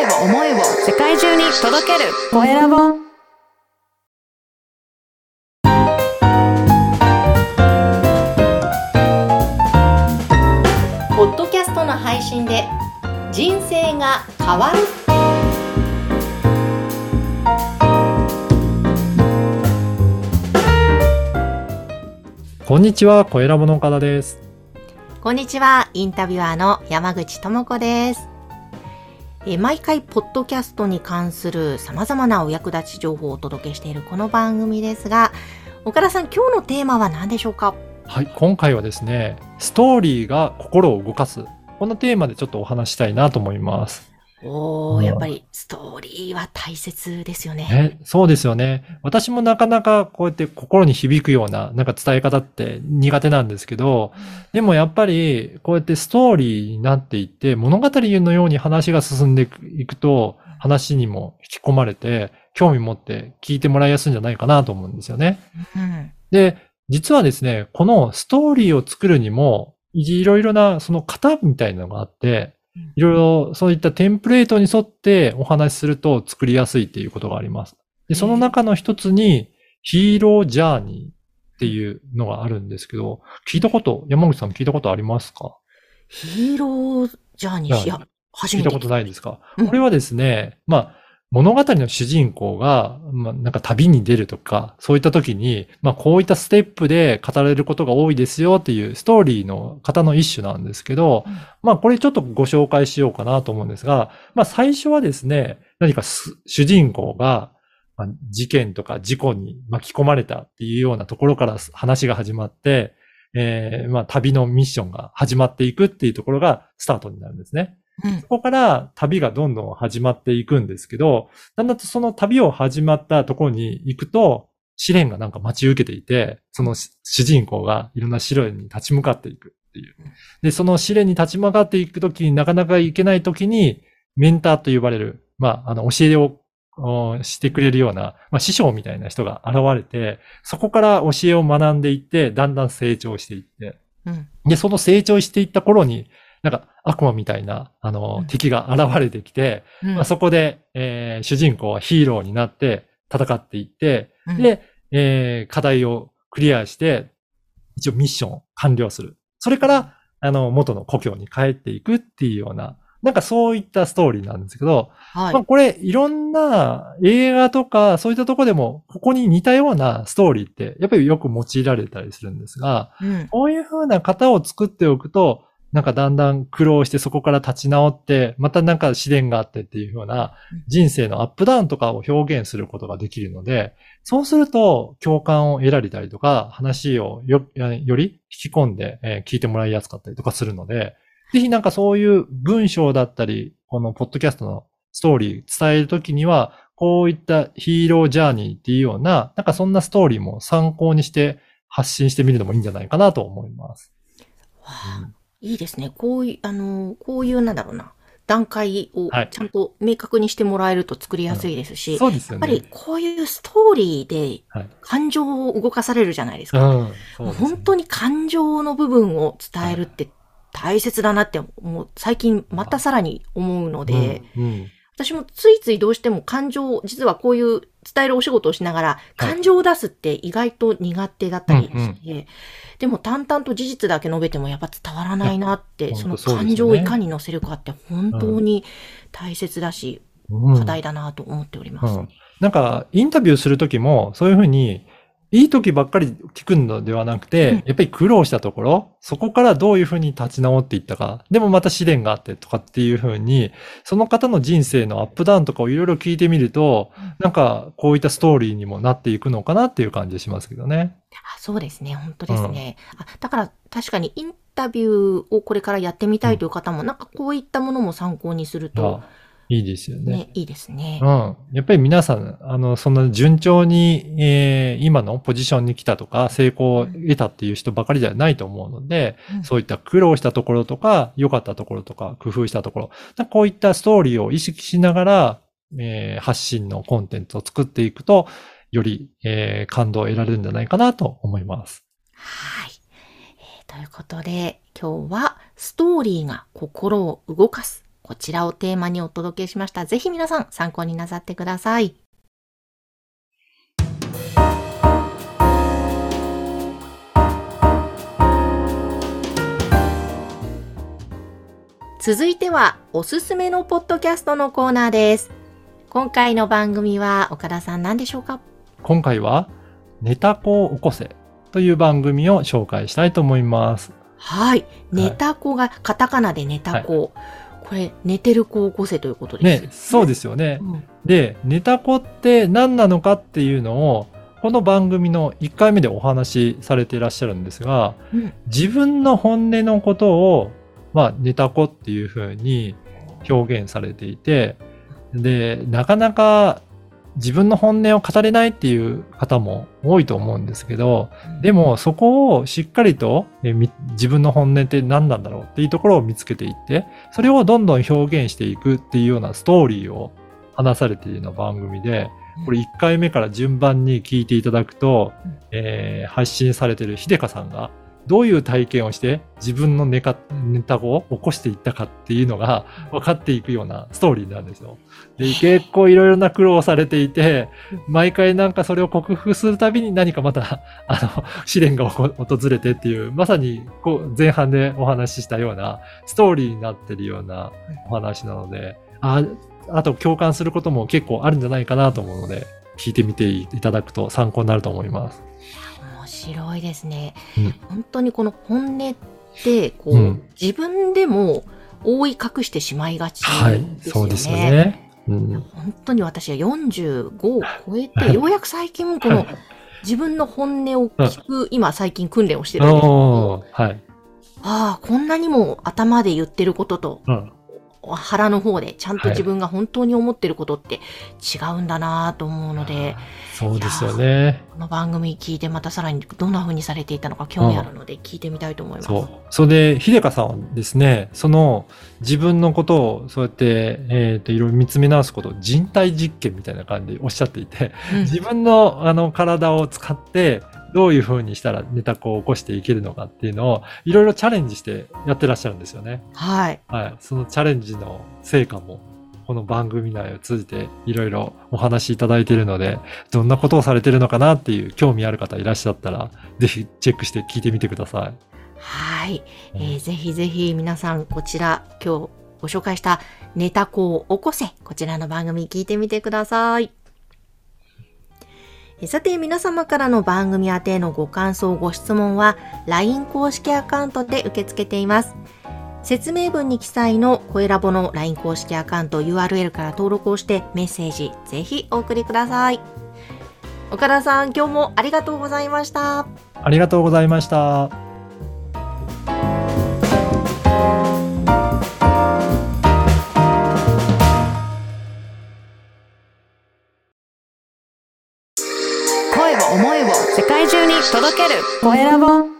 を思いを世界中に届けるコエラボ。ポッドキャストの配信で人生が変わる。 こんにちは、コエラボの岡田です。 こんにちは、インタビュアーの山口智子です。毎回ポッドキャストに関する様々なお役立ち情報をお届けしているこの番組ですが、岡田さん、今日のテーマは何でしょうか？ はい、今回はですね、ストーリーが心を動かす、このテーマでちょっとお話したいなと思います。 やっぱりストーリーは大切ですよね。 そうですよね。私もなかなかこうやって心に響くようななんか伝え方って苦手なんですけど、でもやっぱりこうやってストーリーになっていって物語のように話が進んでいくと話にも引き込まれて興味持って聞いてもらいやすいんじゃないかなと思うんですよね。で、実はですね、このストーリーを作るにもいろいろなその型みたいなのがあって、いろいろそういったテンプレートに沿ってお話しすると作りやすいっていうことがあります。で、その中の一つにヒーロージャーニーっていうのがあるんですけど、山口さん聞いたことありますか？ ヒーロージャーニー、いや、初めて聞いたことないですか？これはですね、物語の主人公が、なんか旅に出るとか、そういった時に、こういったステップで語られることが多いですよっていうストーリーの型の一種なんですけど、これちょっとご紹介しようかなと思うんですが、最初はですね、何か主人公が、事件とか事故に巻き込まれたっていうようなところから話が始まって、旅のミッションが始まっていくっていうところがスタートになるんですね。そこから旅がどんどん始まっていくんですけど、だんだんとその旅を始まったところに行くと、試練がなんか待ち受けていて、その主人公がいろんな試練に立ち向かっていくっていう。で、その試練に立ち向かっていくときになかなか行けないときに、メンターと呼ばれる、教えをしてくれるような、師匠みたいな人が現れて、そこから教えを学んでいって、だんだん成長していって、で、その成長していった頃に、なんか悪魔みたいな、敵が現れてきて、そこで、主人公はヒーローになって戦っていって、で、課題をクリアして、一応ミッションを完了する。それから、元の故郷に帰っていくっていうような、なんかそういったストーリーなんですけど、これいろんな映画とかそういったところでもここに似たようなストーリーってやっぱりよく用いられたりするんですが、こういう風な型を作っておくと、なんかだんだん苦労してそこから立ち直って、またなんか試練があってっていうような人生のアップダウンとかを表現することができるので、そうすると共感を得られたりとか、話をより引き込んで聞いてもらいやすかったりとかするので、ぜひなんかそういう文章だったり、このポッドキャストのストーリー伝えるときには、こういったヒーロージャーニーっていうような、なんかそんなストーリーも参考にして発信してみるのもいいんじゃないかなと思います。 いいですね。こういう、なんだろうな、段階をちゃんと明確にしてもらえると作りやすいですし、 そうですよね。 やっぱりこういうストーリーで感情を動かされるじゃないですか。本当に感情の部分を伝えるって大切だなって最近またさらに思うので、私もついついどうしても実はこういう伝えるお仕事をしながら、感情を出すって意外と苦手だったりして、でも淡々と事実だけ述べてもやっぱ伝わらないなって、その感情をいかに乗せるかって本当に大切だし、課題だなと思っております。 なんか、インタビューするときも、そういうふうに、いい時ばっかり聞くのではなくて、やっぱり苦労したところ、そこからどういうふうに立ち直っていったか、でもまた試練があってとかっていうふうに、その方の人生のアップダウンとかをいろいろ聞いてみると、なんかこういったストーリーにもなっていくのかなっていう感じしますけどね。 そうですね、本当ですね。だから確かにインタビューをこれからやってみたいという方も、なんかこういったものも参考にすると、 いいですよね。 いいですね。 やっぱり皆さん、そんな順調に、今のポジションに来たとか、成功を得たっていう人ばかりじゃないと思うので、そういった苦労したところとか、良かったところとか、工夫したところ、こういったストーリーを意識しながら、発信のコンテンツを作っていくと、より、感動を得られるんじゃないかなと思います。 はい。ということで、今日はストーリーが心を動かす。 こちらをテーマにお届けしました。ぜひ皆さん参考になさってください。続いてはおすすめのポッドキャストのコーナーです。今回の番組は岡田さん何でしょうか？ 今回はネタ子を起こせという番組を紹介したいと思います。 はい。ネタ子がカタカナでネタ子。はい、これ寝てる子を起こせということですね。 そうですよね。で、ネタ子って何なのかっていうのをこの番組の1回目でお話しされていらっしゃるんですが、自分の本音のことをネタ子っていう風に表現されていて、で、なかなか自分の本音を語れないっていう方も多いと思うんですけど、でもそこをしっかりと自分の本音って何なんだろうっていうところを見つけていって、それをどんどん表現していくっていうようなストーリーを話されているような番組で、これ1回目から順番に聞いていただくと、発信されている秀香さんがどういう体験をして自分のネタ子を起こしていったかっていうのが分かっていくようなストーリーなんですよ。で、結構いろいろな苦労をされていて、毎回なんかそれを克服するたびに何かまた、試練が訪れてっていう、まさに前半でお話ししたようなストーリーになってるようなお話なので、あと共感することも結構あるんじゃないかなと思うので、聞いてみていただくと参考になると思います。 面白いですね。本当にこの本音って自分でも覆い隠してしまいがちですよね。はい、 そうですよね。 本当に私は45を超えて、ようやく最近この自分の本音を聞く、今最近訓練をしてるんですけど、こんなにも頭で言ってることと、腹の方でちゃんと自分が本当に思ってることって違うんだなと思うので、 そうですよね。 この番組聞いてまたさらにどんな風にされていたのか興味あるので聞いてみたいと思います。 それで秀香さんはですね、その自分のことをそうやっていろいろ見つめ直すことを人体実験みたいな感じでおっしゃっていて、自分の体を使ってどういう風にしたらネタ子を起こしていけるのかっていうのをいろいろチャレンジしてやってらっしゃるんですよね。 はい。 そのチャレンジの成果もこの番組内を通じていろいろお話しいただいているので、どんなことをされているのかなっていう興味ある方いらっしゃったら、ぜひチェックして聞いてみてください。 はい。ぜひぜひ皆さんこちら今日ご紹介したネタ子を起こせ、こちらの番組聞いてみてください。さて皆様からの番組宛てのご感想ご質問は LINE 公式アカウントで受け付けています。説明文に記載の声ラボの LINE 公式アカウント URL から登録をしてメッセージぜひお送りください。岡田さん、今日もありがとうございました。 ありがとうございました。 声を思いを世界中に届ける声ラボ。